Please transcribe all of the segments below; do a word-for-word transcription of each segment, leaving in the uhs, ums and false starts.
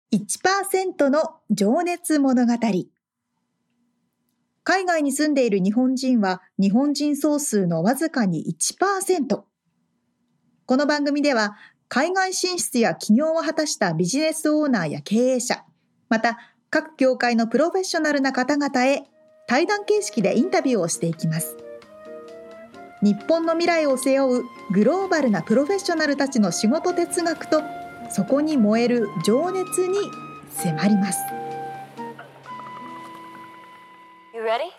いちパーセント の情熱物語。海外に住んでいる日本人は日本人総数のわずかに いちパーセント。この番組では海外進出や起業を果たしたビジネスオーナーや経営者、また各業界のプロフェッショナルな方々へ対談形式でインタビューをしていきます。日本の未来を背負うグローバルなプロフェッショナルたちの仕事哲学とそこに燃える情熱に迫ります。 You ready?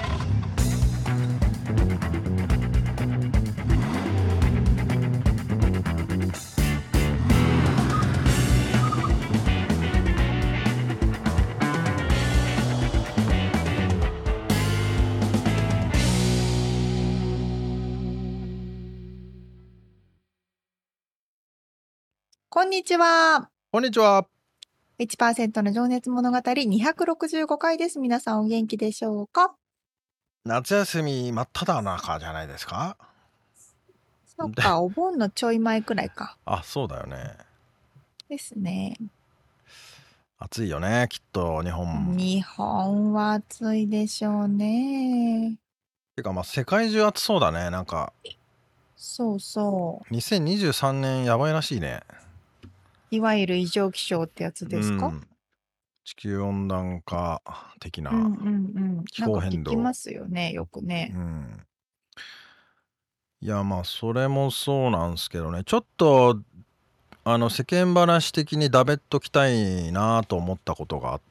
こんにちは。 こんにちは。 いちパーセント の情熱物語にひゃくろくじゅうごかいです。皆さんお元気でしょうか？ 夏休み真っ只中じゃないですか？ そっか、お盆のちょい前くらいか。 あ、そうだよね。 ですね。 暑いよね、きっと日本。 日本は暑いでしょうね。 てかまあ世界中暑そうだね。なんかそうそう。 にせんにじゅうさんねんやばいらしいね。 いわゆる異常気象ってやつですか？ うん、地球温暖化的なうんうんうん。 気候変動。 なんか聞きますよね、よくね。 うん。いやまあそれもそうなんすけどね。ちょっとあの世間話的にだべっときたいなと思ったことがあって。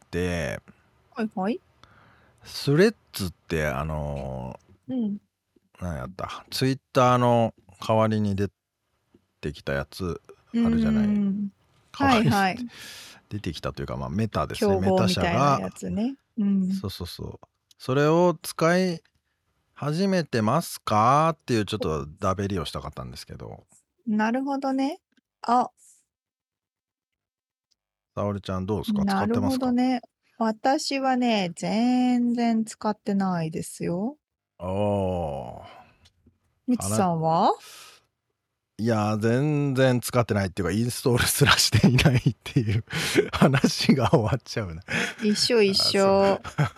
はいはい。 スレッズってあのうん。 何やったツイッターの代わりに出てきたやつあるじゃない。 はいはい。 出てきたというか、まあ、メタですね。 競合みたいなやつね。うん、 そうそうそう。それを使い始めてますかっていうちょっとダベリをしたかったんですけど。 なるほどね。あ、 沙織ちゃんどうですか？ なる使ってますか？ ほどね。私はね、全然使ってないですよ。 ああ。 みつさんは？ いや全然使ってないっていうかインストールすらしていないっていう話が終わっちゃうね。 一緒一緒。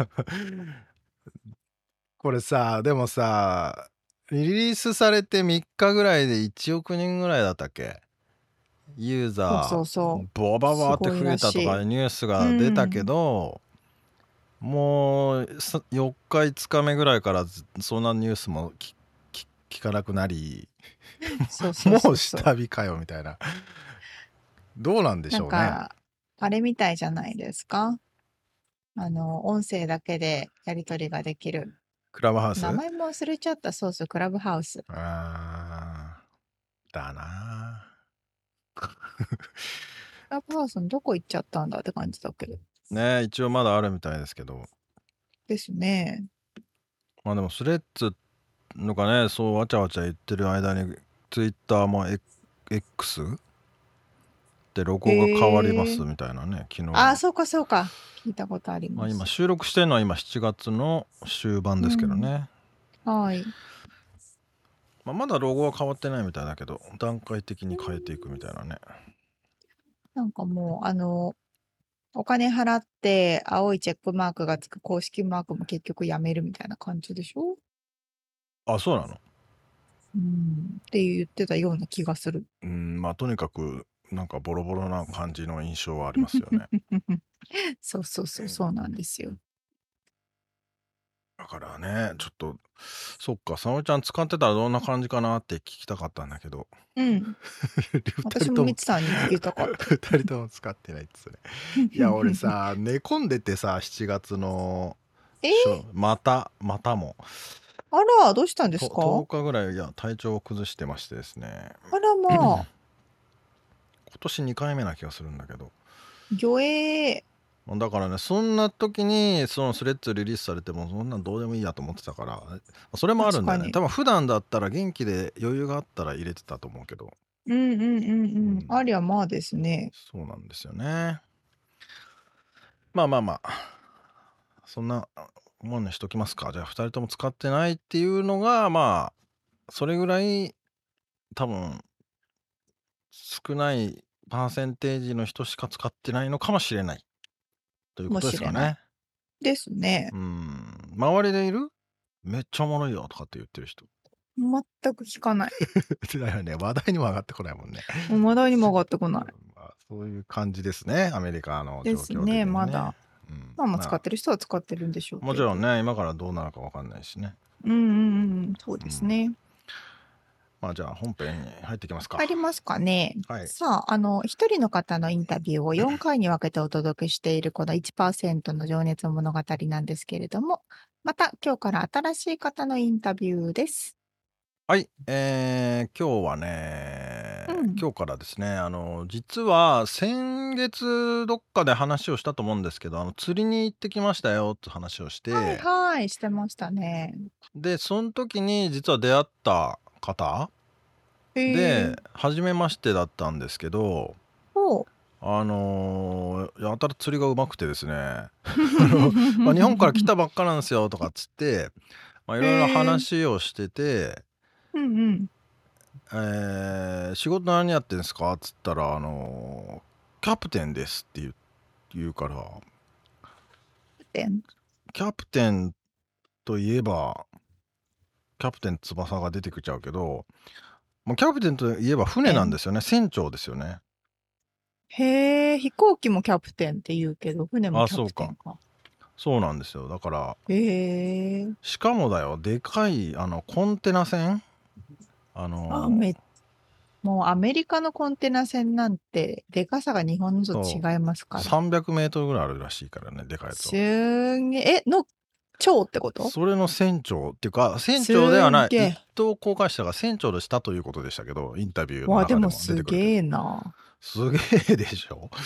これさ、でもさ、リリースされてみっかぐらいでいちおくにんぐらいだったっけ？ユーザーそうそうそうボババって増えたとかニュースが出たけど、うん、もうよっかいつかめぐらいからそんなニュースも聞かなくなりそうそうそうそうもう下火かよみたいな。どうなんでしょうね。 なんかあれみたいじゃないですか。あの音声だけでやり取りができるクラブハウス。 名前も忘れちゃった。そうそう、クラブハウス。 あーだなクラブハウスのどこ行っちゃったんだって感じだけどね。一応まだあるみたいですけど。ですね。 まあでもスレッズのかね、そうわちゃわちゃ言ってる間にツイッターも X でロゴが変わりますみたいなね、昨日。 ああ、そうかそうか。聞いたことあります。 まあ、今収録してるのは今しちがつの終盤ですけどね。 うん、はい。 まあ、まだロゴは変わってないみたいだけど、段階的に変えていくみたいなね。 なんかもうあのお金払って青いチェックマークがつく公式マークも結局やめるみたいな感じでしょ？ あ、そうなの？ うんって言ってたような気がする。 うん、まあとにかくなんかボロボロな感じの印象はありますよね。 そうそうそうそうなんですよ。 だからね、ちょっとそっか、沙織ちゃん使ってたらどんな感じかなって聞きたかったんだけど。 うん。私もみつさんに聞きたかった。 ふたりとも使ってないっつね。いや俺さ寝込んでてさしちがつのえー、 またまたもあらどうしたんですか？ とおかぐらいいや体調を崩してましてですね。 あらまあ今年にかいめな気がするんだけど。 魚影だからね、そんな時にそのスレッズリリースされてもそんなんどうでもいいやと思ってたから、それもあるんだよね。多分普段だったら元気で余裕があったら入れてたと思うけど。 うんうんうんうん、うん、ありゃまあですね。 そうなんですよね。まあまあまあそんなもんにしときますか。じゃあふたりとも使ってないっていうのがまあそれぐらい多分少ないパーセンテージの人しか使ってないのかもしれないということですかもしれないね。 ですね。 うん。周りでいる？めっちゃおもろいよとかって言ってる人。 全く聞かない。 だよね。話題にも上がってこないもんね。 もう話題にも上がってこない。 うんまあ、そういう感じですね。アメリカの状です況的にね。 ね、まだ。 うんまあまあま使ってる人は使ってるんでしょうけど。 もちろんね、今からどうなるかわかんないしね。 うんうんうん、そうですね。 まあじゃあ本編に入っていきますか。 入りますかね。 はい。 さあ、あの、一人の方のインタビューをよんかいに分けてお届けしているこの いちパーセント の情熱物語なんですけれども、また今日から新しい方のインタビューです。 はい、えー、今日はね、 うん今日からですね、あの実は先月どっかで話をしたと思うんですけど、あの釣りに行ってきましたよって話をして、 はいはい、してましたね。 でその時に実は出会った方へーで初めましてだったんですけど、 おうあのーやたら釣りがうまくてですねまあ日本から来たばっかなんですよとかっつって、まあ、いろいろ話をしてて、 うんうん。 えー仕事何やってんですかっつったら、あのーキャプテンですって言う言うから、 でキャプテンといえばキャプテン翼が出てきちゃうけど、もうキャプテンといえば船なんですよね。船長ですよね。 へえ、飛行機もキャプテンって言うけど、船もキャプテンか。 そうなんですよ。だからへえ。 しかもだよ、でかいあのコンテナ船、あのあめもうアメリカのコンテナ船なんて、でかさが日本のと違いますから。 さんびゃくメートルぐらいあるらしいからね、でかいやつすんげえ、え、の、長ってことは。それの船長っていうか、船長ではない、 すげえ一等航海士が船長でしたということでしたけど、インタビューのわ、 中でもでもす出てくるけど。 げえな。 すげえでしょ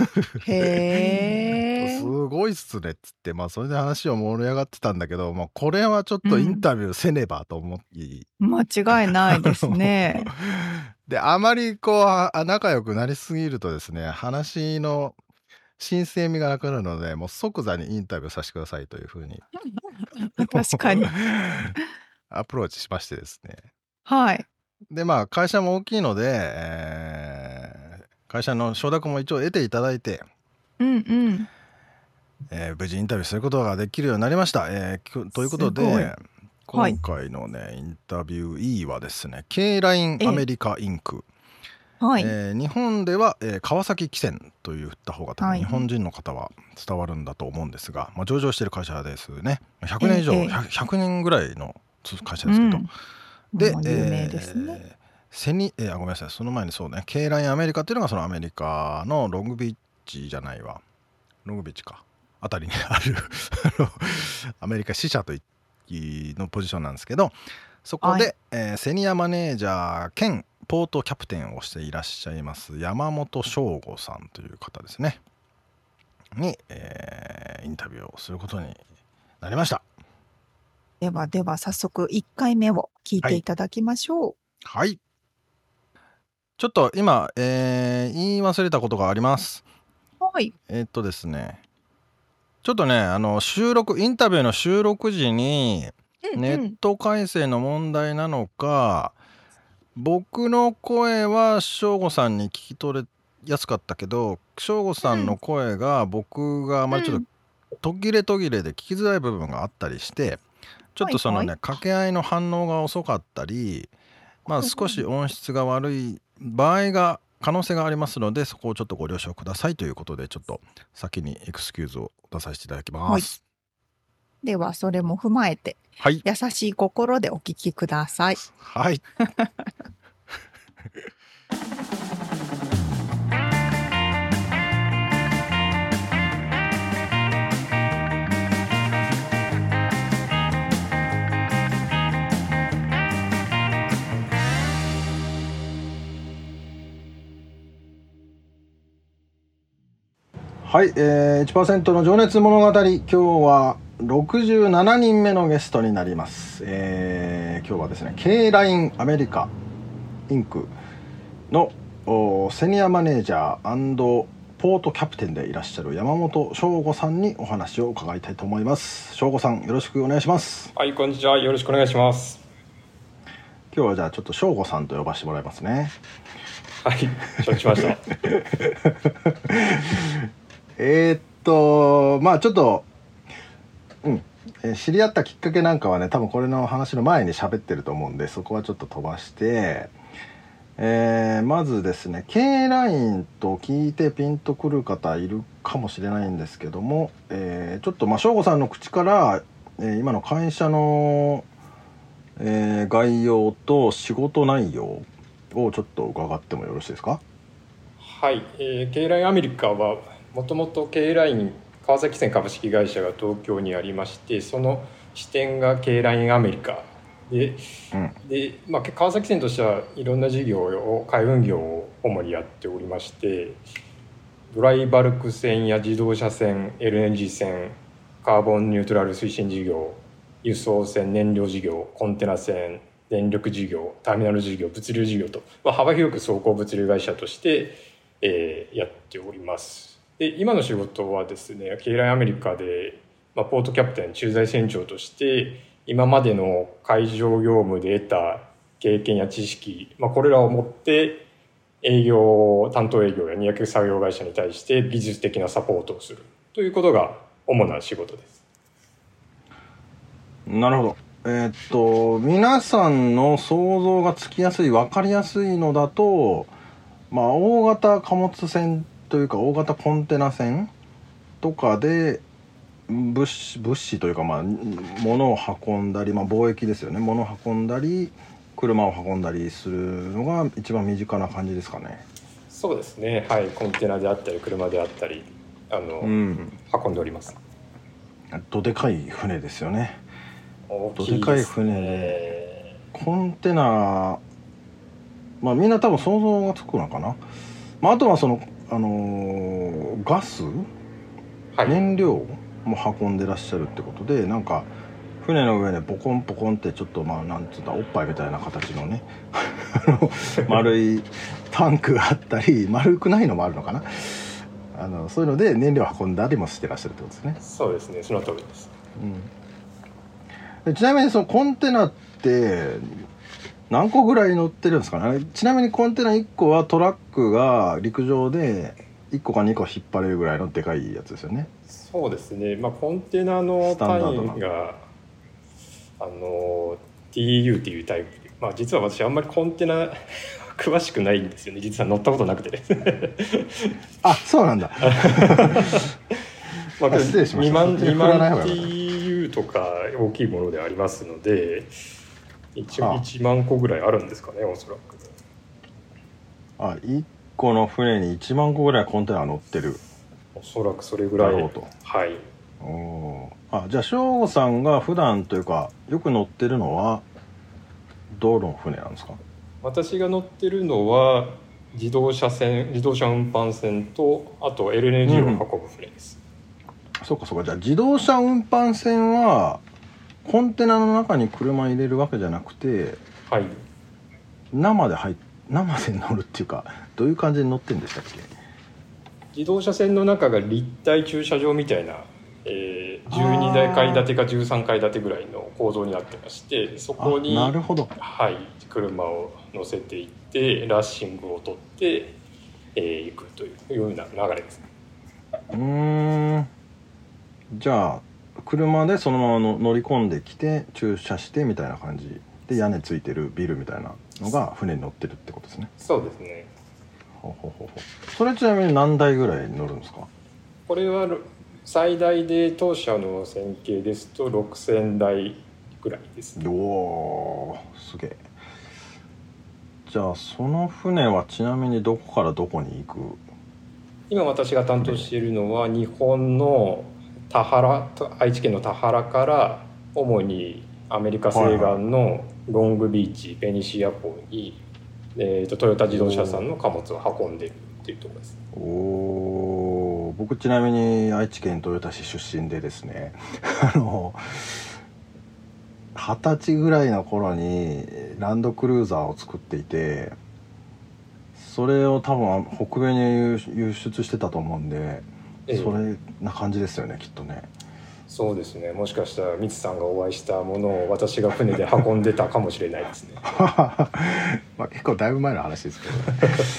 へえ。 すごいっすねっつって、まあそれで話を盛り上がってたんだけど、まあこれはちょっとインタビューせねばと思い、 間違いないですね。 であまりこうあ仲良くなりすぎるとですね、話の新鮮味がなくなるので、もう即座にインタビューさせてくださいというふうに確かに。 アプローチしましてですね。 はい。 でまあ会社も大きいので、えー会社の承諾も一応得ていただいて、 うんうん。 えー無事インタビューすることができるようになりました。えーきょということすごいで、今回のね、インタビュー E はですね、K ラインアメリカインク、 はい。 えー日本では、えー川崎汽船と言った方が多はい分日本人の方は伝わるんだと思うんですが、まあ、上場している会社ですね。ひゃくねん以上、 ええひゃく, ひゃくねんぐらいの会社ですけど、 うんで、 まあ有名ですね。 えーセニえーあごめんなさい、その前にそうね、K ラインアメリカっていうのがそのアメリカのロングビーチじゃないわ、ロングビーチかあたりにあるあのアメリカ支社といのポジションなんですけど、そこで、 はいえーセニアマネージャー兼ポートキャプテンをしていらっしゃいます山本翔吾さんという方ですねに、えーインタビューをすることになりました。 ではでは早速いっかいめを聞いていただきましょう。 はい、ちょっと今、えー言い忘れたことがあります。 はい。 えーっとですねちょっとね、あの収録インタビューの収録時にうんネット回線の問題なのか、僕の声は翔吾さんに聞き取れやすかったけど、翔吾さんの声が僕があまりちょっと途切れ途切れで聞きづらい部分があったりして、ちょっとそのね、 はい掛け合いの反応が遅かったり、まあうん少し音質が悪い場合が可能性がありますので、そこをちょっとご了承くださいということで、ちょっと先にエクスキューズを出させていただきます。 ではそれも踏まえてはい優しい心でお聞きください。 はいはい、えー、いちパーセント の情熱物語、今日はろくじゅうななにんめのゲストになります。えー、今日はですね K ラインアメリカインクのセニアマネージャー&ポートキャプテンでいらっしゃる山本翔吾さんにお話を伺いたいと思います。翔吾さん、よろしくお願いします。 はい、こんにちは。よろしくお願いします。 今日はじゃあちょっと翔吾さんと呼ばせてもらいますね。 はい承知しましたえーっとまあちょっとうんえー知り合ったきっかけなんかはね多分これの話の前に喋ってると思うんでそこはちょっと飛ばして、えーまずですね K ラインと聞いてピンとくる方いるかもしれないんですけども、えーちょっとまあ省吾さんの口から、えー今の会社の、えー概要と仕事内容をちょっと伺ってもよろしいですか？ はい、えー、K ラインアメリカはもともと K ライン川崎線株式会社が東京にありまして、その支店が K ラインアメリカで、うんでまあ、川崎線としてはいろんな事業を海運業を主にやっておりまして、ドライバルク線や自動車線、 エルエヌジー 線、カーボンニュートラル推進事業、輸送船、燃料事業、コンテナ船、電力事業、ターミナル事業、物流事業と、まあ、幅広く総合物流会社として、えー、やっております。で今の仕事はですね K ラインアメリカで、まあ、ポートキャプテン駐在船長として今までの海上業務で得た経験や知識、まあ、これらを持って営業担当営業や荷役作業会社に対して技術的なサポートをするということが主な仕事です。 なるほど。えー、っと皆さんの想像がつきやすい分かりやすいのだと、まあ、大型貨物船というか大型コンテナ船とかで物資、物資というか、まあ、物を運んだり、まあ、貿易ですよね。物を運んだり車を運んだりするのが一番身近な感じですかね。 そうですね、はい、コンテナであったり車であったりあの、うん、運んでおります。 どでかい船ですよね。 大きいですね。どでかい船でコンテナ、まあみんな多分想像がつくのかな。まあ、あとはその、あのー、ガス、はい、燃料も運んでらっしゃるってことで、なんか船の上でポコンポコンってちょっとまあなんつうんだおっぱいみたいな形のね丸いタンクがあったり丸くないのもあるのかな、あのそういうので燃料運んだりもしてらっしゃるってことですね。 そうですね、その通りです。 うん、でちなみにそのコンテナって何個ぐらい乗ってるんですかね。ちなみにコンテナいっこはトラックが陸上でいっこかにこ引っ張れるぐらいのでかいやつですよね。 そうですね、まあ、コンテナの単位があの ティーユー っていうタイプで、まあ、実は私あんまりコンテナ詳しくないんですよね。実は乗ったことなくてあ、そうなんだまあ、失礼しました。にまん ティーユー とか大きいものでありますので一応いちまんこぐらいあるんですかね、おそらく。 あ、いっこの船にいちまんこぐらいコンテナ乗ってる。 おそらくそれぐらいだろうと。はい。 おあ、じゃあ省吾さんが普段というかよく乗ってるのはどの船なんですか？ 私が乗ってるのは自動車船、自動車運搬船とあと エルエヌジー を運ぶ船です。 うん、そうかそうか。じゃあ自動車運搬船はコンテナの中に車入れるわけじゃなくて、 はい、 生で入生で乗るっていうかどういう感じに乗ってるんでしたっけ？ 自動車船の中が立体駐車場みたいな、えー、じゅうにだい建てかじゅうさんかい建てぐらいの構造になってまして、そこになるほど、 はい、車を乗せていってラッシングを取って、えー、行くというような流れですね。 うーん、じゃあ車でそのままの乗り込んできて駐車してみたいな感じで屋根ついてるビルみたいなのが船に乗ってるってことですね。 そうですね。 ほほほほ。それちなみに何台ぐらい乗るんですか？ これは最大で当社の線形ですとろくせんだいぐらいですね。 おー、すげえ。じゃあその船はちなみにどこからどこに行く？ 今私が担当しているのは日本の田原、愛知県の田原から主にアメリカ西岸のロングビーチ、ベニシア港に、えー、とトヨタ自動車さんの貨物を運んでいるっていうところです。 おー、僕ちなみに愛知県豊田市出身でですねあの二十歳ぐらいの頃にランドクルーザーを作っていて、それを多分北米に輸出してたと思うんで、ええ、それな感じですよね、きっとね。 そうですね、もしかしたらミツさんがお会いしたものを私が船で運んでたかもしれないですねまあ結構だいぶ前の話ですけど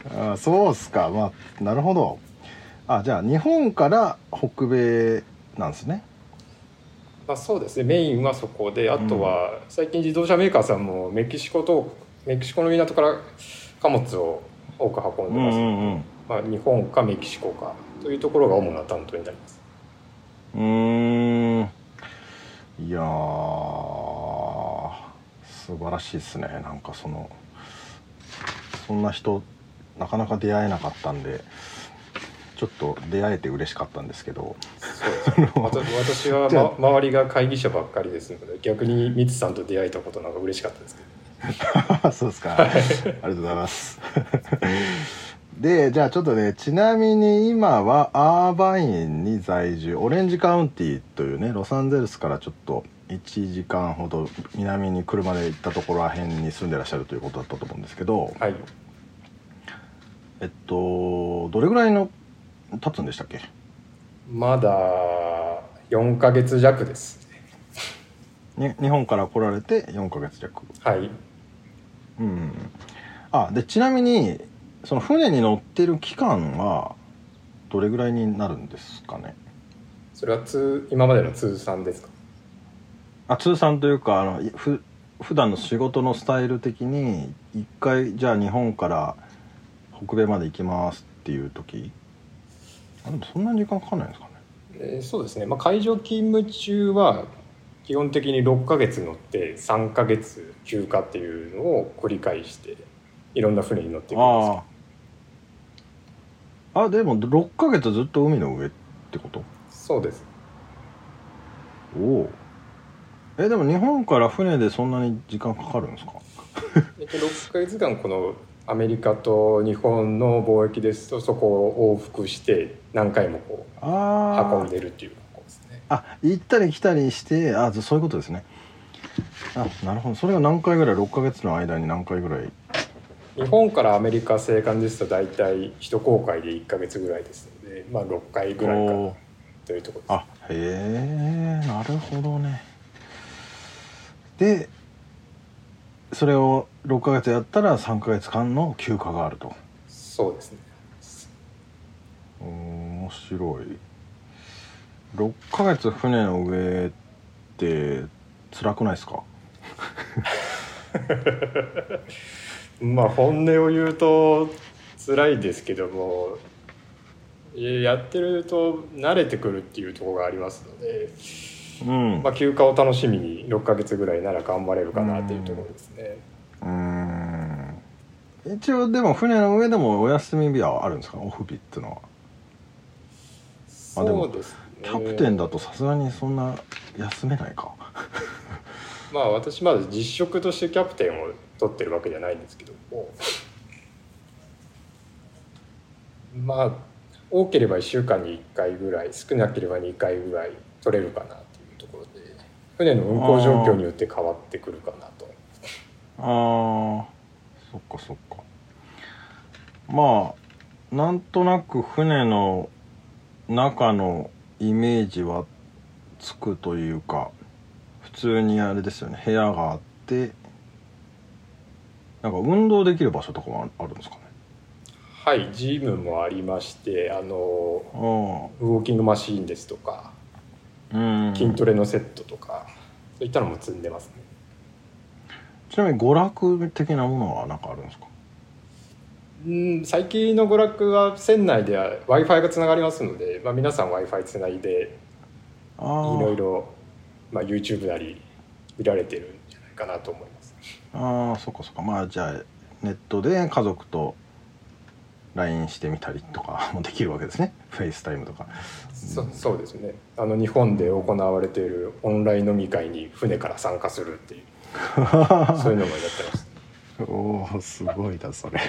あ、そうっすか。まあなるほど。あ、じゃあ日本から北米なんですね。 まあ、そうですね、メインはそこで、あとは最近自動車メーカーさんもメキシコとメキシコの港から貨物を多く運んでますので、うんうんうん、まあ、日本かメキシコかというところが主な担当になります。 うーん、いやー素晴らしいですね。なんかそのそんな人なかなか出会えなかったんで、ちょっと出会えて嬉しかったんですけど。 そうです私は、ま、周りが会議者ばっかりですので、逆にミツさんと出会えたことなんか嬉しかったですけど。 そうですか。ありがとうございます。で、じゃあちょっとね、ちなみに今はアーバインに在住、オレンジカウンティというね、ロサンゼルスからちょっといちじかんほど南に車で行ったところら辺に住んでらっしゃるということだったと思うんですけど、 はい、 えっとどれぐらいの経つんでしたっけ？ まだよんかげつ弱ですね。日本から来られてよんかげつ弱。 はい。 うん。あ、でちなみにその船に乗ってる期間はどれぐらいになるんですかね？ それは通今までの通算ですか？ あ、通算というか、あのふ普段の仕事のスタイル的に一回じゃあ日本から北米まで行きますっていう時、あ、でもそんなに時間かかんないんですかね？ えー、そうですね、まあ、会場勤務中は基本的にろっかげつ乗ってさんかげつ休暇っていうのを繰り返していろんな船に乗っていくんですよ。 ああ、でもろっかげつずっと海の上ってこと？ そうです。 おお。え、でも日本から船でそんなに時間かかるんですか？ ろっかげつかんこのアメリカと日本の貿易ですと、そこを往復して何回もこう運んでるっていうことですね。 あ、行ったり来たりして、あ、そういうことですね。あ、なるほど。それが何回ぐらい、ろっかげつの間に何回ぐらい？ 日本からアメリカ青函ですと大体一航海でいっかげつぐらいですので、まあろっかいぐらいかなというところです。 あ、へえ、なるほどね。でそれをろっかげつやったらさんかげつかんの休暇があると。 そうですね。 面白い。ろっかげつ船の上って辛くないですか？ まあ本音を言うと辛いですけども、やってると慣れてくるっていうところがありますので、うん、まあ、休暇を楽しみにろっかげつぐらいなら頑張れるかなっていうところですね。 うーん、一応でも船の上でもお休み日はあるんですか？オフ日っていうのは。 そうですね。 キャプテンだとさすがにそんな休めないか。 まあ私まだ実職としてキャプテンを取ってるわけじゃないんですけども、まあ多ければいっしゅうかんにいっかいぐらい、少なければにかいぐらい取れるかなというところで、船の運航状況によって変わってくるかなと。 ああ、そっかそっか。まあなんとなく船の中のイメージはつくというか、普通にあれですよね、部屋があってなんか運動できる場所とかもあるんですかね？ はい、ジムもありまして、あのウォーキングマシーンですとか、うん、筋トレのセットとかそういったのも積んでますね。 ちなみに娯楽的なものは何かあるんですか？ うん、最近の娯楽は船内では Wi-Fi がつながりますので、まあ、皆さん Wi-Fi つないでいろいろ、まあ、YouTube なり見られてるんじゃないかなと思います。 ああ、そっかそっか。まあじゃあネットで家族と ライン してみたりとかもできるわけですね。フェイスタイムとか。 そ, そうですね。あの日本で行われているオンライン飲み会に船から参加するっていうそういうのもやってます。 おお、すごいだそれ。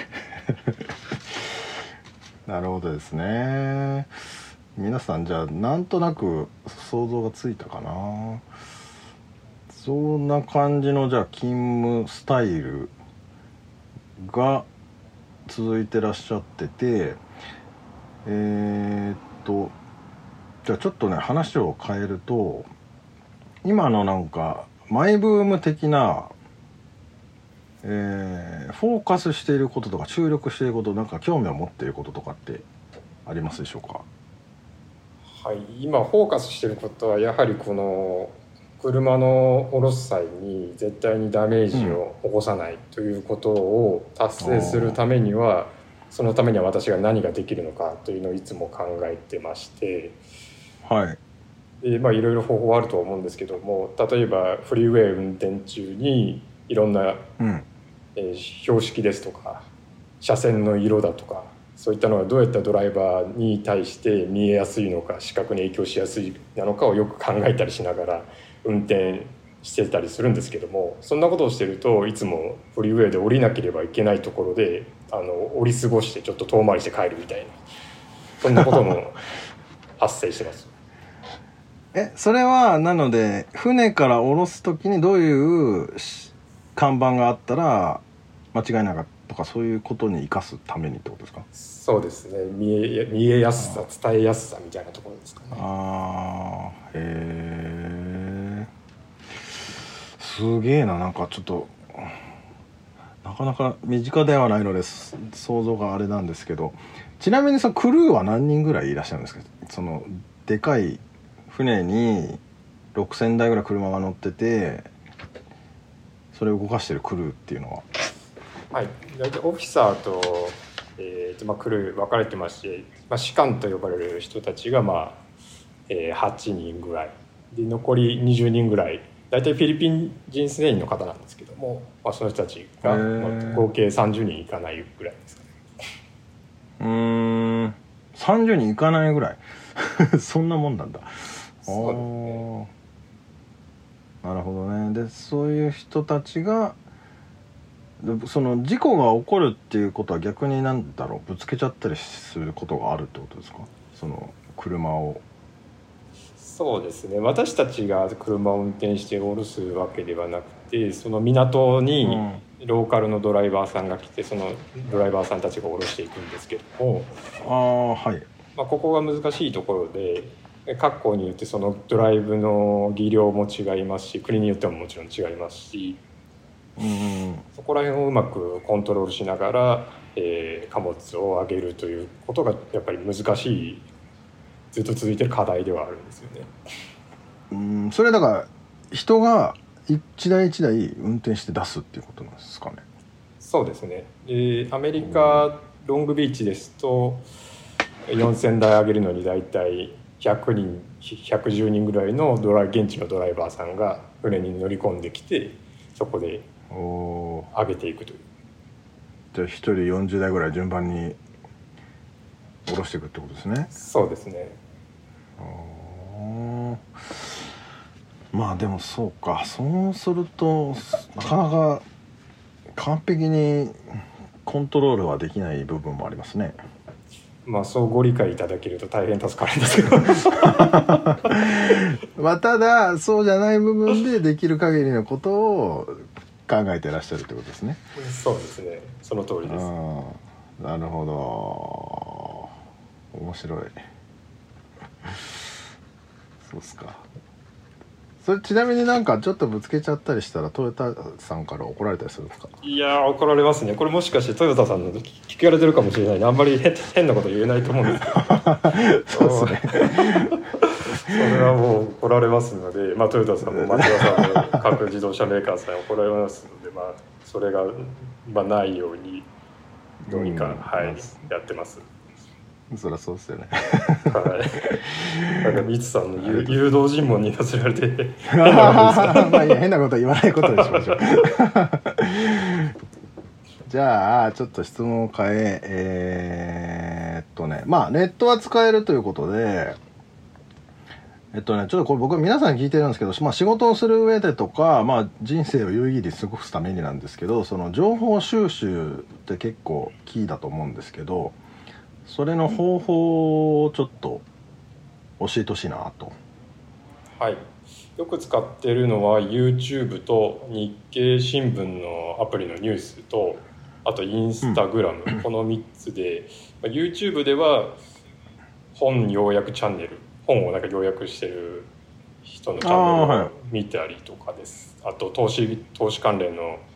なるほどですね。皆さんじゃあなんとなく想像がついたかな。そんな感じのじゃあ勤務スタイルが続いてらっしゃってて、えー、っとじゃあちょっとね話を変えると、今のなんかマイブーム的なえー、フォーカスしていることとか注力していること、なんか興味を持っていることとかってありますでしょうか？ はい、今フォーカスしていることはやはりこの車の降ろす際に絶対にダメージを起こさないということを達成するためには、うん、そのためには私が何ができるのかというのをいつも考えてまして、 はい。 でまあ、いろいろ方法あると思うんですけども、例えばフリーウェイ運転中にいろんな、うんえー、標識ですとか車線の色だとかそういったのがどうやったドライバーに対して見えやすいのか視覚に影響しやすいなのかをよく考えたりしながら運転してたりするんですけども、そんなことをしてるといつもフリーウェイで降りなければいけないところであの降り過ごしてちょっと遠回りして帰るみたいな、そんなことも発生してます。 え、それはなので船から降ろすときにどういう看板があったら間違いなかったとか、そういうことに生かすためにってことですか？ そうですね、見え、見えやすさ、伝えやすさみたいなところですかね。 あー、へえ、すげえな。なんかちょっとなかなか身近ではないので想像があれなんですけど、ちなみにそのクルーは何人ぐらいいらっしゃるんですか？そのでかい船にろくせんだいぐらい車が乗っててそれを動かしてるクルーっていうのは。 はい、大体オフィサーと、えーとまあ、クルー分かれてまして、まあ、士官と呼ばれる人たちが、まあえー、はちにんぐらいで残りにじゅうにんぐらい、大体フィリピン人船員の方なんですけども、まあ、その人たちが、まあ、合計さんじゅうにんいかないぐらいですかね。 うーん、さんじゅうにんいかないぐらいそんなもんなんだ。 そうですね。 なるほどね。でそういう人たちがその事故が起こるっていうことは逆に何だろう、ぶつけちゃったりすることがあるってことですか？その車を。 そうですね、私たちが車を運転して降ろすわけではなくて、その港にローカルのドライバーさんが来て、そのドライバーさんたちが降ろしていくんですけども、 ああ、はい。 まあ、ここが難しいところで、各校によってそのドライブの技量も違いますし、国によってももちろん違いますし、うん、そこら辺をうまくコントロールしながら、えー、貨物を上げるということがやっぱり難しい、ずっと続いている課題ではあるんですよね。 うん、それだから人が一台一台運転して出すっていうことなんですかね？ そうですね。でアメリカロングビーチですとよんせんだい上げるのにだいたいひゃくにんひゃくじゅうにんぐらいのドラ現地のドライバーさんが船に乗り込んできて、そこで上げていくという。 じゃあひとりよんじゅうだいぐらい順番に下ろしていくってことですね。 そうですね。 あ、まあでもそうか、そうするとなかなか完璧にコントロールはできない部分もありますね。 まあそうご理解いただけると大変助かるんですけどまあただそうじゃない部分でできる限りのことを考えてらっしゃるってことですね。 そうですね、その通りです。 なるほど、面白い。そうですか。それちなみになんかちょっとぶつけちゃったりしたらトヨタさんから怒られたりするんですか？ いやー怒られますね。これもしかしてトヨタさんの聞かれてるかもしれないね。あんまり変なこと言えないと思うんですけどそうですねそれはもう怒られますので、まあ、トヨタさんもマツダさんも各自動車メーカーさん怒られますので、まあ、それが、まあ、ないようにどうにか、うん、はい、やってます。 そりゃそうですよねはい。なんかミツさんの誘誘導尋問になせられて変なことまあいや変なこと言わないことにしましょうじゃあちょっと質問を変ええー、っとねまあネットは使えるということでえっとねちょっとこれ僕は皆さんに聞いてるんですけど、まあ、仕事をする上でとか、まあ、人生を有意義に過ごすためになんですけど、その情報収集って結構キーだと思うんですけど、それの方法をちょっと教えてほしいなと。 はい、よく使っているのは YouTube と日経新聞のアプリのニュースと、あと Instagram、うん、このみっつで、まあ、YouTube では本要約チャンネル、本をなんか要約してる人のチャンネルを見たりとかです。あ、はい、あと投資投資関連の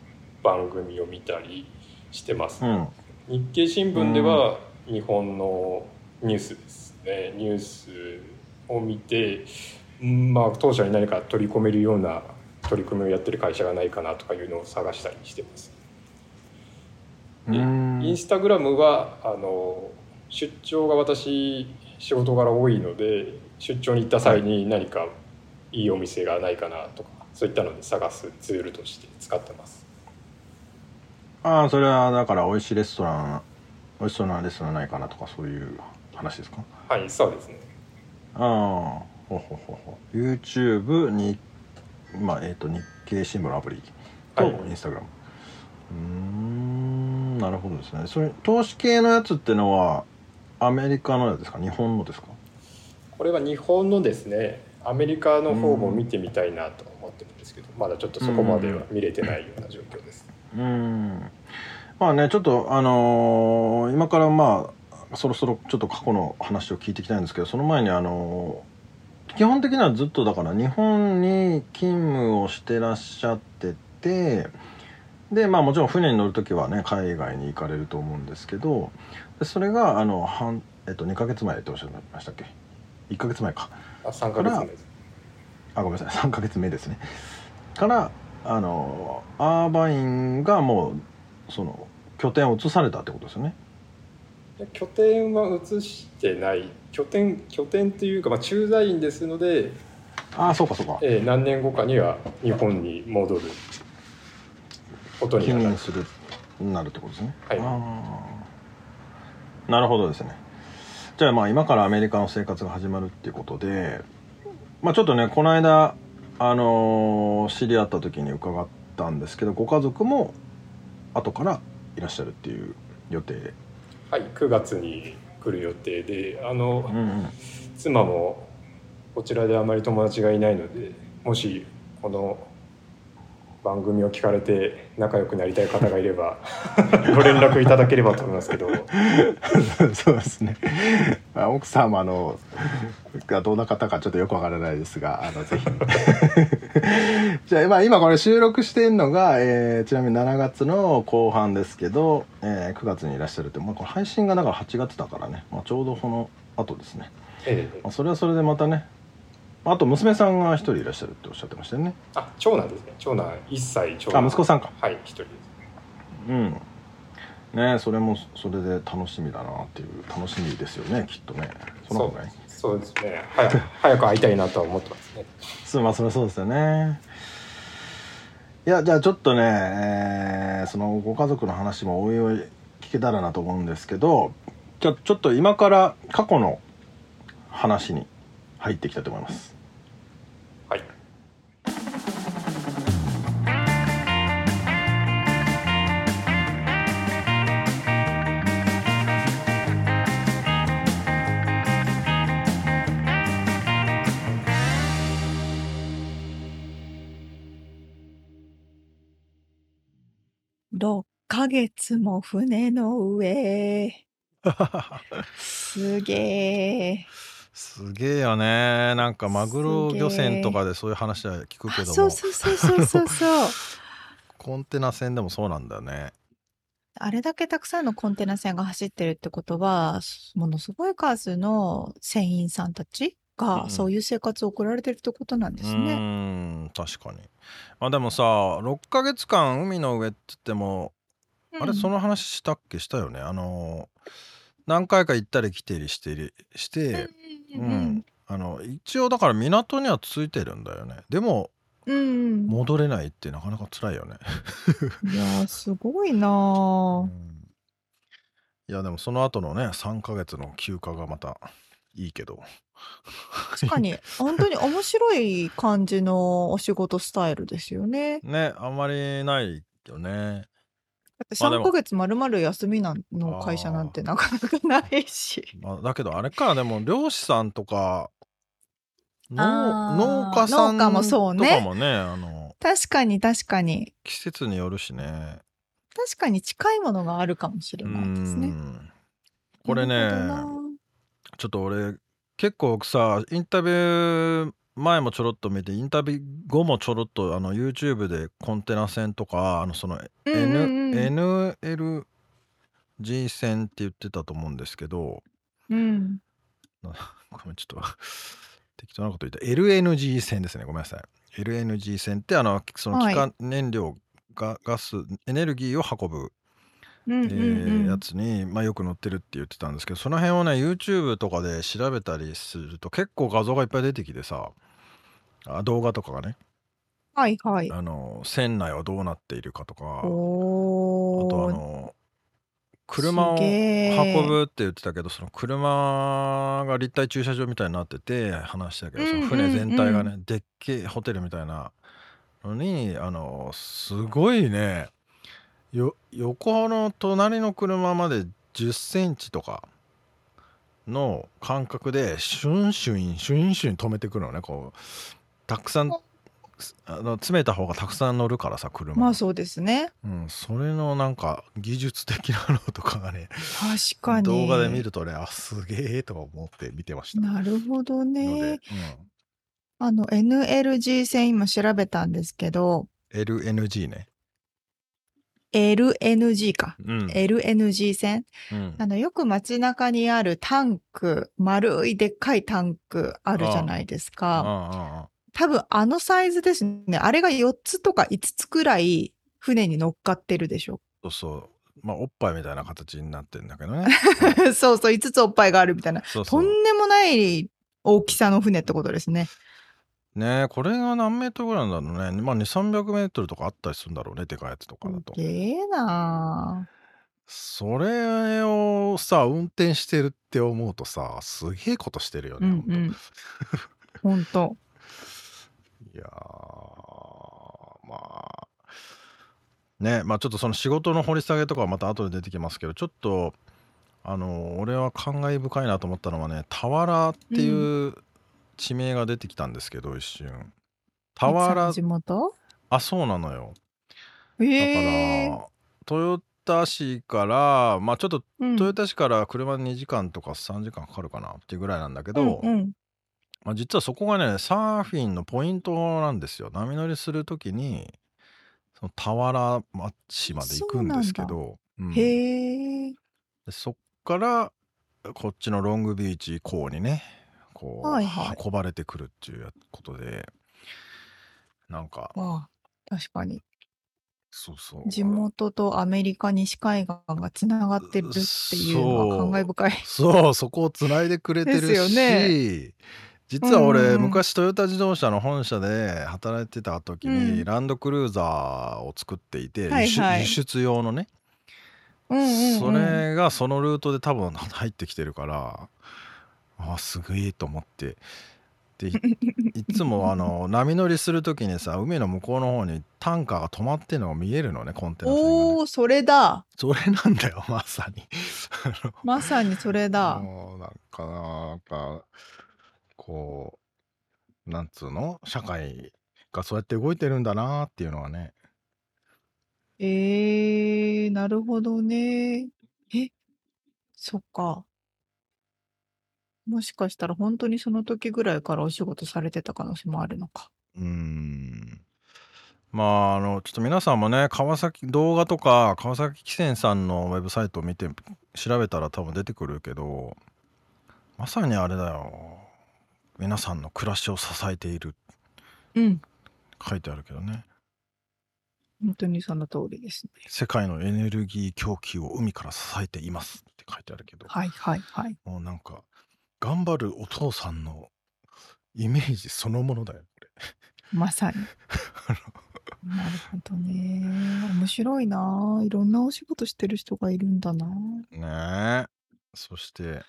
番組を見たりしてます、 うん、 日経新聞では日本のニュースですね、ニュースを見て、まあ、当社に何か取り込めるような取り組みをやってる会社がないかなとかいうのを探したりしてます。でインスタグラムはあの出張が私仕事柄多いので、出張に行った際に何かいいお店がないかなとか、そういったので探すツールとして使ってます。 ああ、それはだから美味しいレストラン美味しそうなレストランないかなとかそういう話ですか？ はい、そうですね。 ああ、ほほほほ YouTube に、まあえー、と日経新聞のアプリとはい Instagram、うーん、なるほどですね。それ投資系のやつってのはアメリカのやつですか、日本のですか？ これは日本のですね、アメリカの方も見てみたいなと思ってるんですけど、まだちょっとそこまでは見れてないような状況です。 うーん、まあね、ちょっとあのー今からまあそろそろちょっと過去の話を聞いていきたいんですけど、その前にあのー基本的にはずっとだから日本に勤務をしてらっしゃってて、でまあもちろん船に乗るときはね海外に行かれると思うんですけど、でそれがあの半、えっと、にかげつまえっておっしゃいましたっけ？いっかげつまえか。 あ、さんかげつめです。 あ、ごめんなさい、さんかげつめですね。からあのアーバインがもうその拠点を移されたってことですよね。 拠点は移してない、拠点拠点というか、まあ、駐在員ですので、 ああ、そうかそうか、 えー、何年後かには日本に戻ることに帰なる任するなるってことですね。 はい、 あ、なるほどですね。じゃあまあ今からアメリカの生活が始まるっていうことで、まあちょっとねこの間あのー知り合った時に伺ったんですけど、ご家族も後からいらっしゃるっていう予定で。 はい、くがつに来る予定で、あの、 うんうん、 妻もこちらであまり友達がいないので、もしこの番組を聞かれて仲良くなりたい方がいればご連絡いただければと思いますけどそうですね。奥様あのがどんな方かちょっとよくわからないですが、あのぜひじゃあ、まあ、今これ収録してるのが、えー、ちなみにしちがつの後半ですけど、えー、くがつにいらっしゃるって、まあ、これ配信がだからはちがつだからね、まあ、ちょうどこの後ですね、 ええ、 まあ、それはそれでまたね、あと娘さんが一人いらっしゃるっておっしゃってましたよね。 あ、長男ですね。長男いっさい、長男、 あ、息子さんか。 はい、一人です。 うんね、それもそれで楽しみだなっていう、楽しみですよね、きっとね。その方がいい。 そうですね。早く早く会いたいなとは思ってますね。 すまあそれそうですよね。いや、じゃあちょっとね、えーそのご家族の話もおいおい聞けたらなと思うんですけど、じゃあちょっと今から過去の話に入っていきたいと思います。 はい。 ろっかげつも船の上。すげえ。 すげえよね。なんかマグロ漁船とかでそういう話は聞くけども、 そうそうそうそうそうそうコンテナ船でもそうなんだよね。 あれだけたくさんのコンテナ船が走ってるってことは、ものすごい数の船員さんたちがそういう生活を送られてるってことなんですね。 うーん、確かに。まあでもさ、ろっかげつかん海の上って言っても、 うん、 あれその話したっけ？したよね。あの何回か行ったり来たりしてりして、 ううんん、あの一応だから港にはついてるんだよね。でもうん、 戻れないってなかなか辛いよね。 いやーすごいなうー。 ん、いやでもその後のねさんかげつの休暇がまたいいけど。 確かに本当に面白い感じのお仕事スタイルですよね。 ね、あんまりないよね。 だって3 まあでもヶ月まるまる休みなんの会社なんてなかなかないし。 まあ、だけどあれか、でも漁師さんとか農あー農家さん農家もそうねとかもね、あの確かに確かに。 季節によるしね。 確かに近いものがあるかもしれうないですね。 ん、これねなるほどな。 ちょっと俺結構さインタビュー前もちょろっと見て、インタビュー後もちょろっとあの YouTube でコンテナ船とかあのその、 うんう N んうん。 エヌエルジー 船って言ってたと思うんですけど、 うん。 なごめんちょっと適当なこと言った エルエヌジー 船ですね。ごめんなさい。エルエヌジー 船ってあのそのはい。 気化燃料がガスエネルギーを運ぶ、 うんえうんうーやん。 つに、まあ、よく載ってるって言ってたんですけど、その辺をね YouTube とかで調べたりすると結構画像がいっぱい出てきてさ、あ動画とかがね、 はいはい。 あの船内はどうなっているかとか、あとあおー、 の車すをげー。 運ぶって言ってたけど、その車が立体駐車場みたいになってて話したけど、そのうん船うんう全体がん。 ねでっけえホテルみたいなのに、あのすごいね、よ横の隣の車までじゅっセンチとかの間隔でシュンシュンシュンシュン止めてくるのね。こうたくさんあの詰めた方がたくさん乗るからさ車が、 まあそうですね。 うん、それのなんか技術的なのとかがね確か動画で見に。 るとね、あすげえと思って見てましたなるほどので、 ね。 うん、 あの エヌエルジー 線今調べたんですけど、 エルエヌジー ね。 エルエヌジー か。 うん、 エルエヌジー 線。 うん、 あの、よく街中にあるタンク、丸いでっかいタンクあるじゃあないですあか。 ああ多分あのサイズですね。あれがよっつとかいつつくらい船に乗っかってるでしょ。 そうそう、まあおっぱいみたいな形になってるんだけどね、うん、 そうそう、いつつおっぱいがあるみたいな。 そうそうとんでもない大きさの船ってことですね。 ねえ、これが何メートルぐらいなんだろうね。まあにせんさんびゃくメートルとかあったりするんだろうね、でかいやつとかだと。 すげえなそれをさ運転してるって思うとさ、すげえことしてるよぁ。うね、 んうん。ほんと。 いやー、まあね、まあちょっとその仕事の掘り下げとかはまた後で出てきますけど、ちょっとあの俺は感慨深いなと思ったのはね、俵っていう地名が出てきたんですけど、一瞬俵、 地元あそうなのよ。 えだかえー。 ら豊田市からまあちょっとうん、 豊田市から車でにじかんとかさんじかんかかるかなっていうぐらいなんだけうんど、 うんまあ、実はそこがねサーフィンのポイントなんですよ。波乗りするときにその俵町まで行くんですけど、うん、 へえ。 でそっからこっちのロングビーチ港にねこう、 はいはい。 運ばれてくるっていうことで、なんかわあ、確かに。 そうそう地元とアメリカ西海岸がつながってるっていうのは感慨深い。 そうそこをつないでくれてでするよね。 し、実はうんうん俺うん。 昔トヨタ自動車の本社で働いてた時うにん。 ランドクルーザーを作っていて、 はい輸出輸はい。 出用のね、 うんうんそうん。 れがそのルートで多分入ってきてるから、あすげえと思って、でいいつもあの波乗りする時にさ、海の向こうの方にタンカーが止まってるのが見えるのね、コンテナ船がね。 おー、それだ。 それなんだよまさにあのまさにそれだ。 もうなんかなんかこうなんつうの社会がそうやって動いてるんだなっていうのはね。 えー、なるほどね。え、そっか。もしかしたら本当にその時ぐらいからお仕事されてた可能性もあるのか。 うーんまああのちょっと皆さんもね、川崎動画とか川崎汽船さんのウェブサイトを見て調べたら多分出てくるけど、まさにあれだよ、皆さんの暮らしを支えているうん。 書いてあるけどね。 本当にその通りですね。 世界のエネルギー供給を海から支えていますって書いてあるけど、 はいはいはい。 もうなんか頑張るお父さんのイメージそのものだよこれまさに。なるほどね。面白いな。いろんなお仕事してる人がいるんだな。 ねえ。そして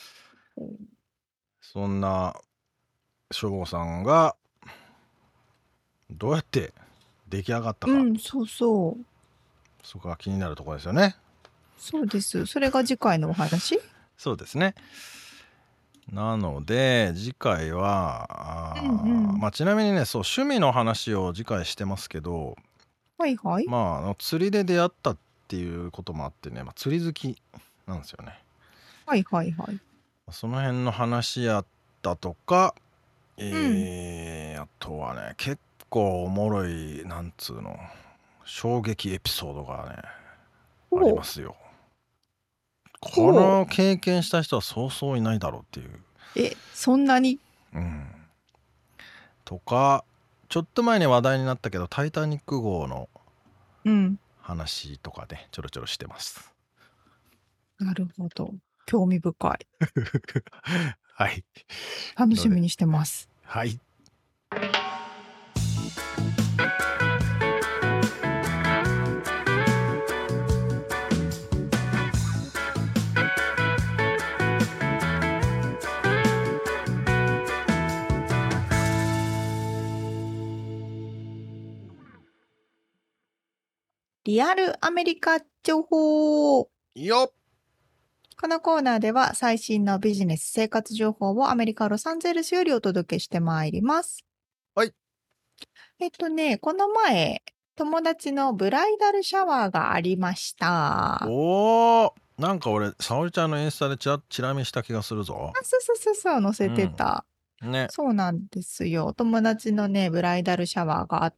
そんな省吾さんがどうやって出来上がったか、 うん、そうそう。 そこが気になるところですよね。 そうです。それが次回のお話そうですね。なので次回はあ、 うんうん、 まあ、ちなみにね、そう趣味の話を次回してますけど、 はいはい。 まあ、あの釣りで出会ったっていうこともあってね、まあ、釣り好きなんですよね。 はいはいはい。 その辺の話やったとか、 えーあとはね、結構おもろい、なんつうの、衝撃エピソードがね、ありますよ。この経験した人はそうそういないだろうっていう。 え、そんなに？ うん。とか、ちょっと前に話題になったけど、タイタニック号のうん。 話とかね、ちょろちょろしてます。 なるほど。興味深い。 はい。 楽しみにしてます。 はい。 リアルアメリカ情報。 よっ。 このコーナーでは最新のビジネス生活情報をアメリカ・ロサンゼルスよりお届けしてまいります。 はい。 えっとね、この前、友達のブライダルシャワーがありました。 おー、なんか俺、沙織ちゃんのインスタでチラチラ見した気がするぞ。 あ、そうそうそうそう、載せてた。 うん、ね。 そうなんですよ。友達のね、ブライダルシャワーがあって、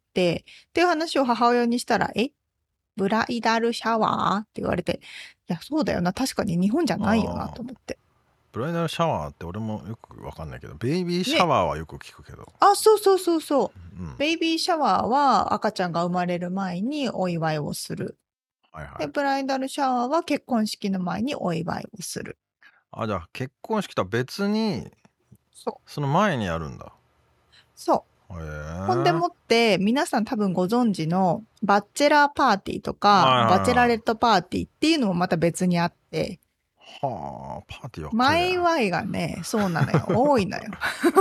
っていう話を母親にしたら、えブライダルシャワーって言われて、いや、そうだよな。確かに日本じゃないよなと思って。 ブライダルシャワーって俺もよくわかんないけど、ベイビーシャワーはよく聞くけど。ね、 あ、そうそうそうそう、 うん。 ベイビーシャワーは赤ちゃんが生まれる前にお祝いをする。 はいはい。 で、ブライダルシャワーは結婚式の前にお祝いをする。 あ、じゃあ結婚式とは別に、 そう。 その前にやるんだ。 そう。ほんでもって、皆さん多分ご存知のバッチェラーパーティーとか、バチェラレットパーティーっていうのもまた別にあって、 はあ、パーティーは前祝いがね、そうなのよ。多いのよ。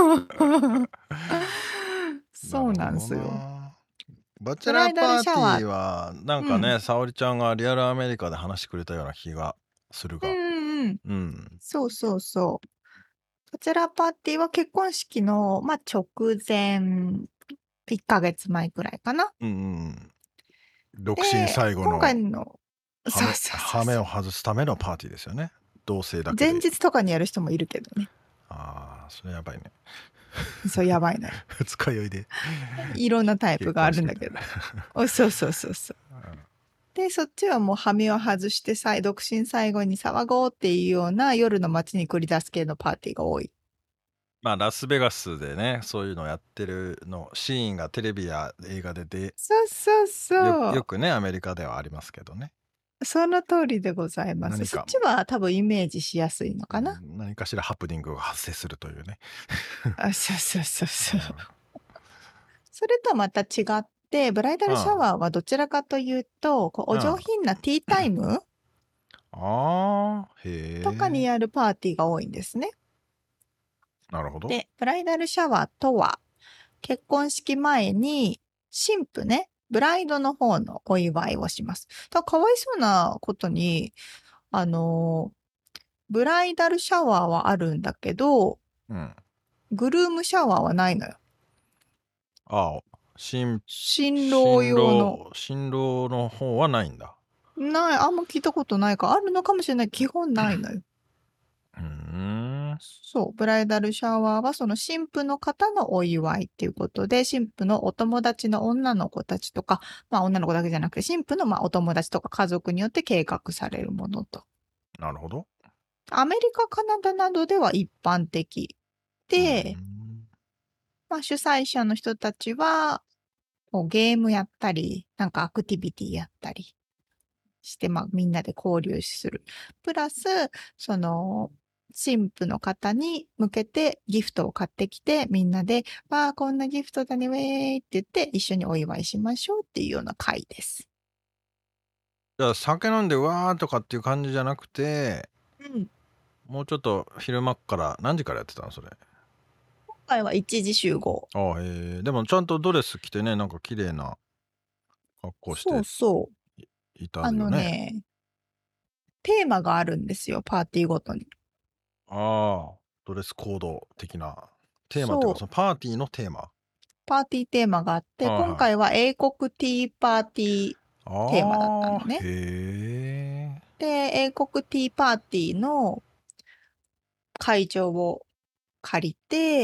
そうなんですよ。 バチェラーパーティーは、なんかね、沙織ちゃんがリアルアメリカで話してくれたような気がするが。 うんうん。うん。そうそうそう。バチェラーパーティーは結婚式の、まあ、直前、いっかげつまえくらいかな。 うんうん。独身最後の。 今回の、 そうそうそう。羽目を外すためのパーティーですよね。同性だけで。 前日とかにやる人もいるけどね。 ああ、それやばいね。 そうやばいね。 二日酔いで。 いろんなタイプがあるんだけど。そうそうそうそう。で、そっちはもう羽目を外してさ、独身最後に騒ごうっていうような夜の街に繰り出す系のパーティーが多い。 まあラスベガスでね、そういうのやってるのシーンがテレビや映画でで、 そうそうそう。 よ、よくねアメリカではありますけどね。 その通りでございます。そっちは多分イメージしやすいのかな。 何かしらハプニングが発生するというね。 あ、そうそうそうそう。それとはまた違って、ブライダルシャワーはどちらかというと、こうお上品なティータイム、 ああ、へえ。 とかにやるパーティーが多いんですね。 なるほど。 で、ブライダルシャワーとは、結婚式前に新婦ね、ブライドの方のお祝いをします。だからかわいそうなことに、あのー、ブライダルシャワーはあるんだけど、 うん、 グルームシャワーはないのよ。 ああ、新新郎用の。 新郎の方はないんだ。 ない、あんま聞いたことないから、あるのかもしれない。基本ないのよ。 うーん。 そう、ブライダルシャワーはその新婦の方のお祝いっていうことで、新婦のお友達の女の子たちとか、まあ女の子だけじゃなくて、新婦のまあお友達とか家族によって計画されるものと。 なるほど。 アメリカ、カナダなどでは一般的で、まあ主催者の人たちは、ゲームやったり、なんかアクティビティやったりして、まあみんなで交流する。プラス、その、新婦の方に向けてギフトを買ってきて、みんなで、わあ、こんなギフトだね、ウェーイって言って、一緒にお祝いしましょうっていうような会です。 じゃあ、酒飲んで、わーとかっていう感じじゃなくて、 うん。 もうちょっと昼間から、何時からやってたのそれ。 今回は一時集合。 ああ、へえ。でもちゃんとドレス着てね、なんか綺麗な格好して。 そうそう。 いたよね。 あのね、テーマがあるんですよ、パーティーごとに。 ああ、ドレスコード的な。テーマっていうか、そのパーティーのテーマ。 パーティーテーマがあって、今回は英国ティーパーティーテーマだったのね。 へで、英国ティーパーティーの会場を借りて、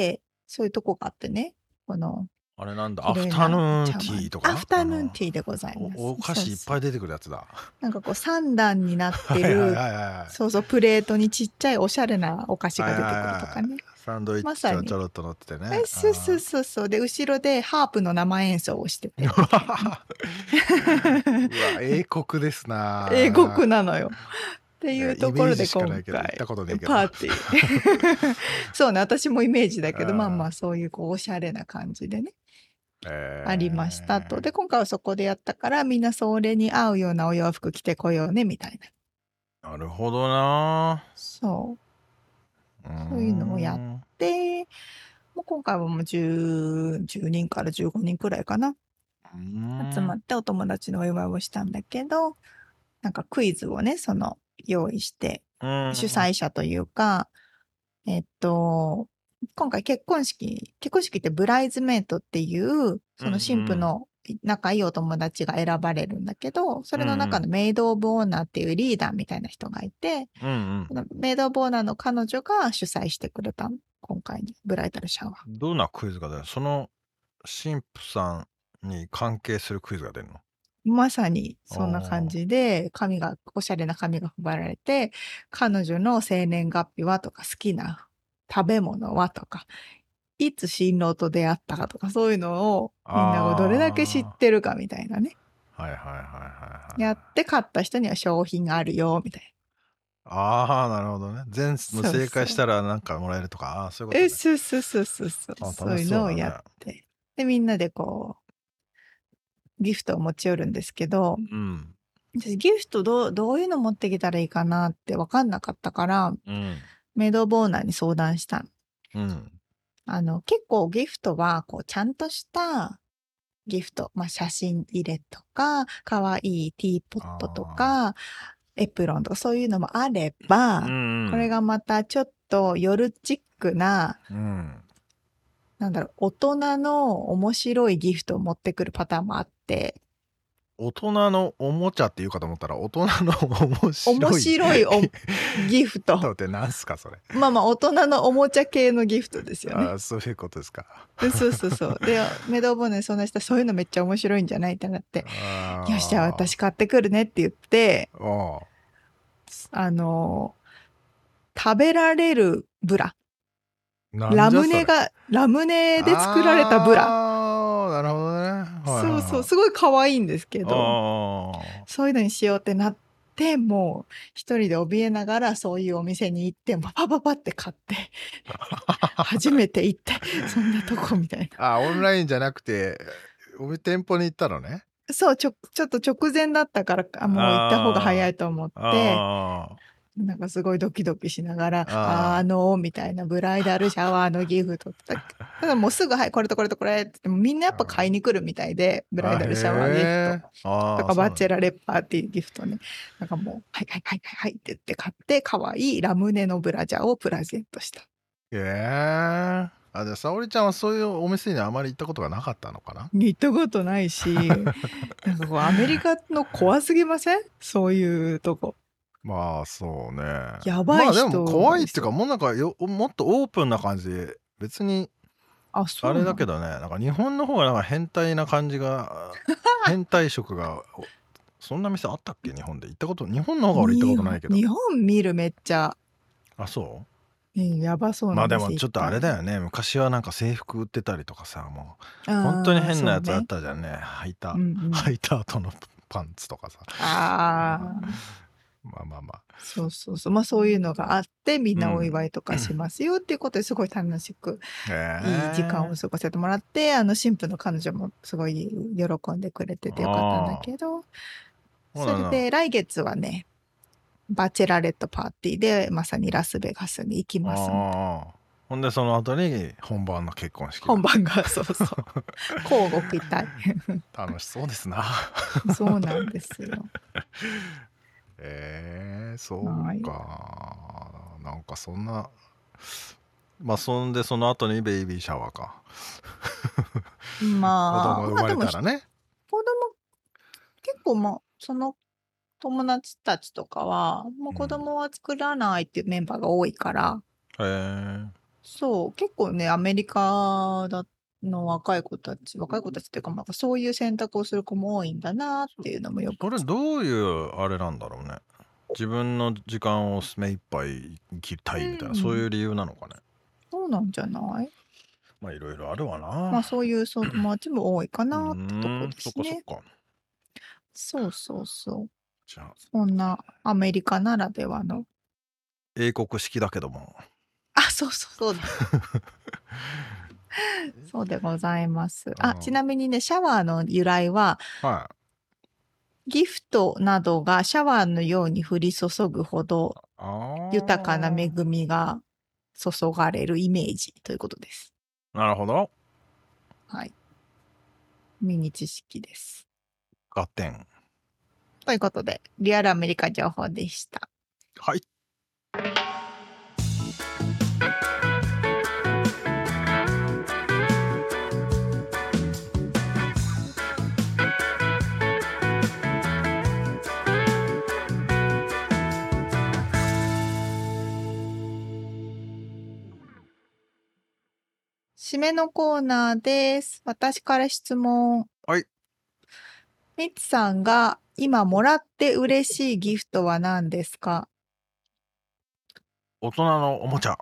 そういうとこがあってね、このあれなんだ、アフ綺麗タヌなーンテ茶碗ィーとかアフタヌーあのンティーでございます。 おお菓子いっぱい出てくるやつだ。 なんかこう三段になってはいはいる、 はいはい。 そうそう、プレートにちっちゃいおしゃれなお菓子が出てくるとかね。 サンドイッまさにチちょちょろっと乗っててね。 え、そうそうそうそう。で、後ろでハープの生演奏をしてて。 うわ、英国ですな。 英国なのよ。っていいうやところでイメージしか今ないけど行っ回たことねえけどパーティーそうね、私もイメージだけど、 あーまあまあそういうこうおしゃれな感じでね、 えーありましたと。で、今回はそこでやったから、みんなそれに合うようなお洋服着てこようね、みたいな。 なるほどな。 そう。 ーんそういうのをやっで、もう今回はもうじゅう、じゅうにんからじゅうごにんくらいかな。 うーん集まってお友達のお祝いをしたんだけど、なんかクイズをね、その用意して、 うん主催者というか、えっと、今回結婚式、結婚式ってブライズメイトっていう、その新婦の仲いいお友達が選ばれるんだけど、それの中のメイド・オブ・オーナーっていうリーダーみたいな人がいて、 うんうんそのメイド・オブ・オーナーの彼女が主催してくれたの今回に、ブライダルシャワー。 どんなクイズが出るの？その神父さんに関係するクイズが出るの？ まさにそんな感じで、紙が、おしゃれな紙が配られて、彼女の生年月日はとか、好きな食べ物はとか、いつ新郎と出会ったかとか、そういうのをみんながどれだけ知ってるかみたいなね。 はいはいはいはいはいやって勝った人には商品があるよ、みたいああなるほどね。全部そうそう正解したらなんかもらえるとか、ああそういうな。え、 ことね。 そうそうそうそうそう。 あそういうのをやって。で、みんなでこう、ギフトを持ち寄るんですけど、 うん私ギフトどう、どういうの持ってきたらいいかなって分かんなかったから、 うんメイド・オブ・オーナーに相談したの。 うんあの、結構ギフトは、こう、ちゃんとしたギフト、まあ、写真入れとか、かわいいティーポットとか、エプロンとか、そういうのもあれば、 うんこれがまたちょっと夜チックな、 うんなんだろう、大人の面白いギフトを持ってくるパターンもあって、 大人のおもちゃって言うかと思ったら大人の面白い面白いおギフト。 ってなんすかそれ。 まあまあ、大人のおもちゃ系のギフトですよね。 ああそういうことですか。 そうそうそう。で、メイドオブオーナーにそんな人そういうのめっちゃ面白いんじゃないってなって、 あーよし、じゃあ私買ってくるねって言って、 あああのー食べられるブラ。 なんじゃラムネそれが、ラムネで作られたブラ。 ああなるほどね。はいはいはいそうそう、すごい可愛いんですけど、 あそういうのにしようってなって、もう一人で怯えながらそういうお店に行って、パパパパって買って、初めて行って、そんなとこみたいな。 ああオンラインじゃなくてお店舗に行ったのね。 そう、ちょ、ちょっと直前だったから、あもう行った方が早いと思って、 あなんかすごいドキドキしながら、 あーあの、みたいなブライダルシャワーのギフトって。だからもうすぐ、はい、これとこれとこれって言ってもみんなやっぱ買いに来るみたいで、ブライダルシャワーギフト。 トとか、バチェララレッパーっていうギフトね。なんかもう、はいはいはいはいはいって言って買って、可愛いラムネのブラジャーをプレゼントした。 へえあじゃあ沙織ちゃんはそういうお店にあまり行ったことがなかったのかな。 行ったことないし、なんかこう、アメリカの怖すぎません？そういうとこ。 まあそうね。 やばい人まあでも怖いっていうかもうなんかよもっとオープンな感じで別にあ、そうあなのれだけどねなんか日本の方がなんか変態な感じが変態色がおそんな店あったっけ日本で行ったこと日本の方が俺行ったことないけど日本日本見るめっちゃ、 あそうん、やばそううまあなんですでもちょっとあれだよ。 よね昔はなんか制服売ってたりとかさもうあー本当に変なやつあっそうねたじゃんね履いた、 うんうん履いた後のパンツとかさああ、 まあまあまあそうそうそう。まあそういうのがあって、みんなお祝いとかしますよっていうことですごい楽しく、 へいい時間を過ごせてもらって、あの、新婦の彼女もすごい喜んでくれててよかったんだけど、 そうなのそれで来月はね、バチェラレットパーティーでまさにラスベガスに行きますので。 ああほんでその後に本番の結婚式本番が、そうそう。交互期待。 楽しそうですなそうなんですよ。 えー、そうはいかなんかそんなまあそんでその後にベイビーシャワーかまあ、 子供生まれたらね、 子供、結構まあ、その友達たちとかは、もう子供は作らないっていうメンバーが多いから、 へえそう結構ねアメリカだの若い子たち若い子たちっていうか、まあ、そういう選択をする子も多いんだなっていうのもよくそれどういうあれなんだろうね。自分の時間を目いっぱい生きたいみたいな、 うんそういう理由なのかね。 そうなんじゃない？ まあいろいろあるわな。 まあそういうそう友達も多いかうなってとこーん、 ですね。 そっかそっか。 そうそうそう。 じゃあそんなアメリカならではの。 英国式だけども。 あ、そうそうそうだ。そうでございます。あ、 うんちなみにね、シャワーの由来は、 はギフトなどがシャワーのように降り注ぐほどい。ああ。 豊かな恵みが注がれるイメージということです。 なるほど。 はい。ミニ知識です。 合点。 ということで、リアルアメリカ情報でした。 はい。 締めのコーナーです。私から質問。 はい。 ミツさんが今もらって嬉しいギフトは何ですか？ 大人のおもちゃ。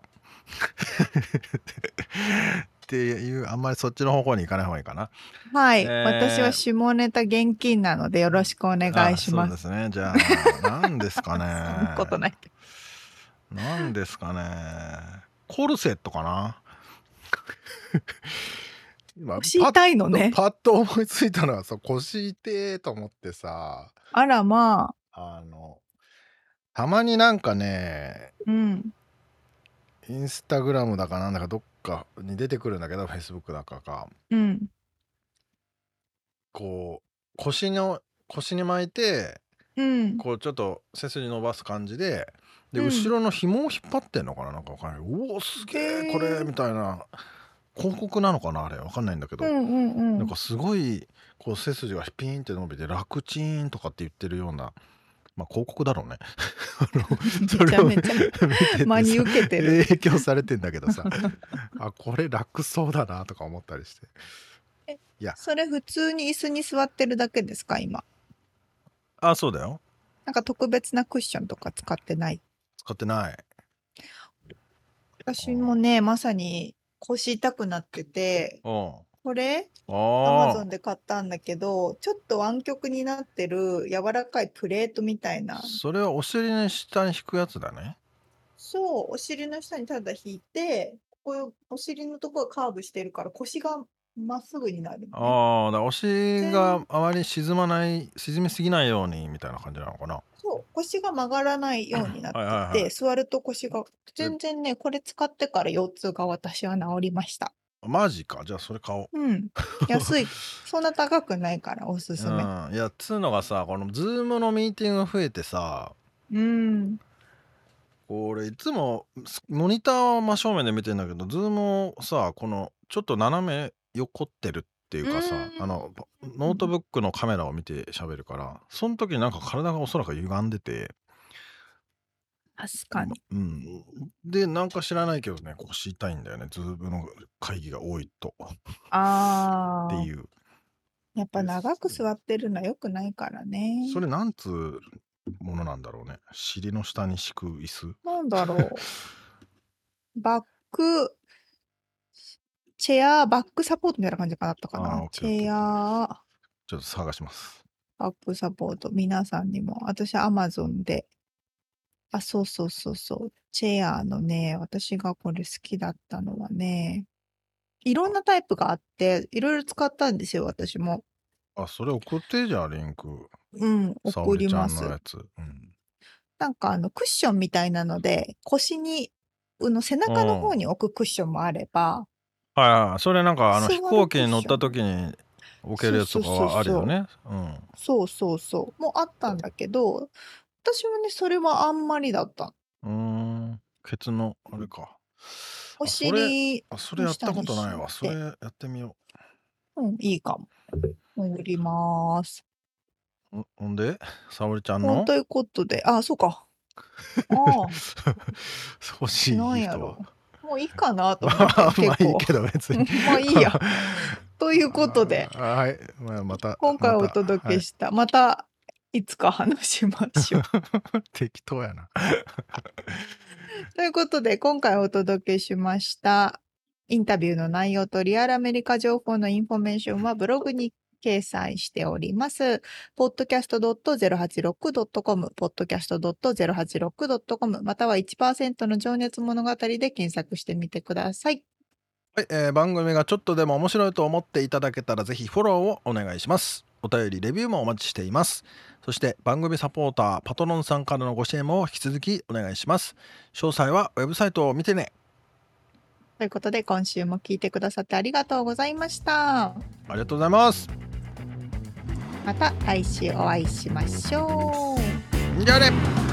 っていう、あんまりそっちの方向に行かない方がいいかな。 はい、 えー私は下ネタ現金なのでよろしくお願いします。 あそうですね。じゃあ、何ですかそんなことね。 ないけど。 何ですかね。コルセットかな。今腰痛いのね。 パッとパッと思いついたのはさ、腰痛えと思ってさ、 あらまあ。 あの、たまになんかね、 うん。 インスタグラムだかなんだかどっかに出てくるんだけど、フェイスブックだかか、 うん。 こう、腰の、腰に巻いて、 うん。 こうちょっと背筋伸ばす感じで、で、 うん後ろの紐を引っ張ってんのかななんかわかんない。おお、すげえ、 へーこれ、みたいな。広告なのかなあれ。わかんないんだけど。 うんうんうん。 なんかすごい、こう背筋がピーンって伸びて、楽ちーんとかって言ってるような、まあ広告だろうね。あのそれをめちゃめちゃ見てて真にさ受けてる。 影響されてんだけどさ、あ、これ楽そうだなとか思ったりして。いや、 それ普通に椅子に座ってるだけですか今？ あ、そうだよ。 なんか特別なクッションとか使ってない？ 使ってない。 私もね、まさに腰痛くなってて、 うん。 これアあマゾンで買ったんだけど、ちょっと湾曲になってる柔らかいプレートみたいな。 それはお尻の下に引くやつだね。 そう、お尻の下にただ引いて、ここお尻のところがカーブしてるから腰がまっすぐになるのね。 ああ、だからお尻があまり沈まない沈みすぎないようにみたいな感じなのかな。 そう、腰が曲がらないようになってて、 はいはいはい座ると腰が全然ね、これ使ってから腰痛が私は治りました。 マジか。じゃあそれ買おう。 うん。安い。そんな高くないからおすすめ。 うん、いやつうのがさ、このズームのミーティングが増えてさ、 うん。 俺いつもモニターは真正面で見てんだけど、ズームをさ、このちょっと斜め横ってるっていうかさ、 うんあのノートブックのカメラを見て喋るから、その時になんか体がおそらく歪んでて、 確かに。 うん、でなんか知らないけどね、腰痛いんだよね、ズームの会議が多いとああ。 っていう。 やっぱ長く座ってるのは良くないからね。 それなんつうものなんだろうね。尻の下に敷く椅子。 なんだろう。バック、チェア、バックサポートみたいな感じかなったかあーな。チオッケーオッケーェア、 ちょっと探します。 バックサポート。皆さんにも。私、アマゾンで。あ、そうそうそうそう。チェアのね、私がこれ好きだったのはね、いろんなタイプがあって、いろいろ使ったんですよ、私も。 あ、それ送ってじゃあリンク。 うん、 沙送ります織ちゃんの。やつ。うん。 なんかあの、クッションみたいなので、腰に、うの背中の方に置くクッションもあれば、 はいはい。それなんかあの座る飛行機に乗った時に置けるやつとかはあるよね。うん。 そうそうそう。もあったんだけど、私はね、それはあんまりだった。 うーん。ケツのあれか。 おあそれ尻あそれやったことないわ。 の下にそれやってみようん、いいかも。送ります。 う。ほほんで沙織ちゃんのうんということで、あ、そうか。ああ、 欲しいギフトはなんやろ。 もういいかなと思ってまあ結構いいけど別にまあいいやということではい、まあ、また今回お届けしたまた、はい、いつか話しましょう適当やなということで今回お届けしましたインタビューの内容とリアルアメリカ情報のインフォメーションはブログに掲載しております。ポッドキャスト ドットゼロはちろく ドットコム、ポッドキャスト ドットゼロはちろく ドットコム、または いちパーセント の情熱物語で検索してみてください。 はい、えー、番組がちょっとでも面白いと思っていただけたらぜひフォローをお願いします。お便りレビューもお待ちしています。そして番組サポーターパトロンさんからのご支援も引き続きお願いします。詳細はウェブサイトを見てね。 ということで今週も聞いてくださってありがとうございました。 ありがとうございます。 また来週お会いしましょう。 じゃあね。